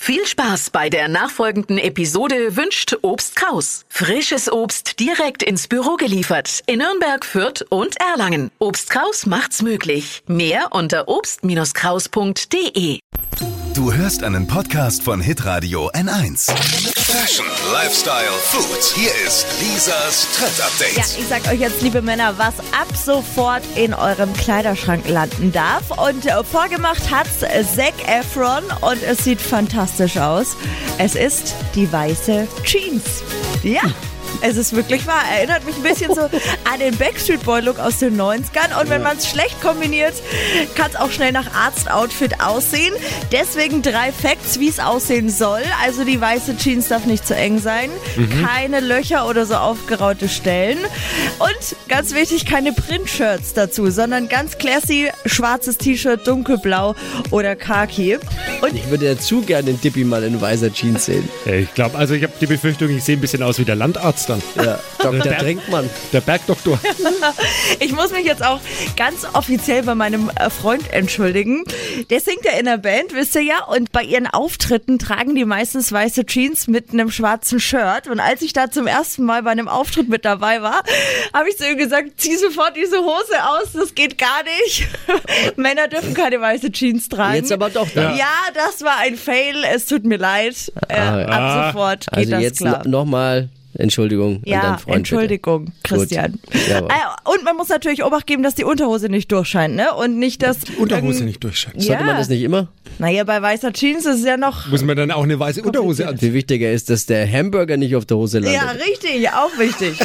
Viel Spaß bei der nachfolgenden Episode wünscht Obst Kraus. Frisches Obst direkt ins Büro geliefert in Nürnberg, Fürth und Erlangen. Obst Kraus macht's möglich. Mehr unter obst-kraus.de. Du hörst einen Podcast von Hitradio N1. Fashion, Lifestyle, Food. Hier ist Lisas Trend Update. Ja, ich sag euch jetzt, liebe Männer, was ab sofort in eurem Kleiderschrank landen darf. Und vorgemacht hat's Zac Efron und es sieht fantastisch aus. Es ist die weiße Jeans. Ja. Es ist wirklich wahr. Erinnert mich ein bisschen so an den Backstreet Boy Look aus den 90ern. Und wenn man es schlecht kombiniert, kann es auch schnell nach Arzt-Outfit aussehen. Deswegen 3 Facts, wie es aussehen soll. Also die weiße Jeans darf nicht zu eng sein. Keine Löcher oder so aufgeraute Stellen. Und ganz wichtig, keine Print-Shirts dazu, sondern ganz classy, schwarzes T-Shirt, dunkelblau oder Khaki. Und ich würde ja zu gerne den Dippy mal in weißer Jeans sehen. Ich glaube, also ich habe die Befürchtung, ich sehe ein bisschen aus wie der Landarzt dann. Ja, Dr. Drenkmann. Der Bergdoktor. Ich muss mich jetzt auch ganz offiziell bei meinem Freund entschuldigen. Der singt ja in der Band, wisst ihr ja, und bei ihren Auftritten tragen die meistens weiße Jeans mit einem schwarzen Shirt. Und als ich da zum ersten Mal bei einem Auftritt mit dabei war, habe ich zu ihm gesagt, zieh sofort diese Hose aus, das geht gar nicht. Männer dürfen keine weiße Jeans tragen. Jetzt aber doch dann. Ja, das war ein Fail, es tut mir leid. Ab sofort geht also das jetzt klar. Nochmal Entschuldigung an deinen Freund. Entschuldigung, bitte. Christian. Und man muss natürlich Obacht geben, dass die Unterhose nicht durchscheint, ne? Und nicht, dass Unterhose nicht durchscheint. Sollte man das nicht immer? Naja, bei weißer Jeans ist es ja noch... Muss man dann auch eine weiße Unterhose anziehen? Viel wichtiger ist, dass der Hamburger nicht auf der Hose landet. Ja, richtig, auch wichtig.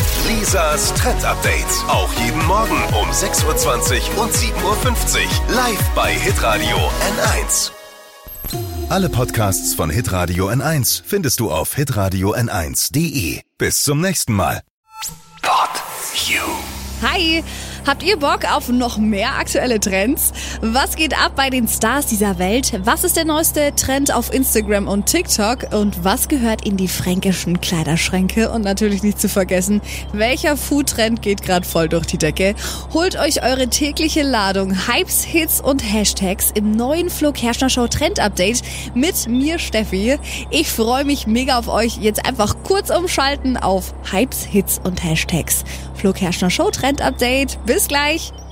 Lisas Trend Update. Auch jeden Morgen um 6.20 Uhr und 7.50 Uhr. Live bei Hitradio N1. Alle Podcasts von Hitradio N1 findest du auf hitradio n1.de. Bis zum nächsten Mal. Pod You. Hi, habt ihr Bock auf noch mehr aktuelle Trends? Was geht ab bei den Stars dieser Welt? Was ist der neueste Trend auf Instagram und TikTok? Und was gehört in die fränkischen Kleiderschränke? Und natürlich nicht zu vergessen, welcher Foodtrend geht gerade voll durch die Decke? Holt euch eure tägliche Ladung Hypes, Hits und Hashtags im neuen Flo Kerschner Show Trend Update mit mir, Steffi. Ich freue mich mega auf euch. Jetzt einfach kurz umschalten auf Hypes, Hits und Hashtags. Flo Kerschner Show Trend Update. Bis gleich.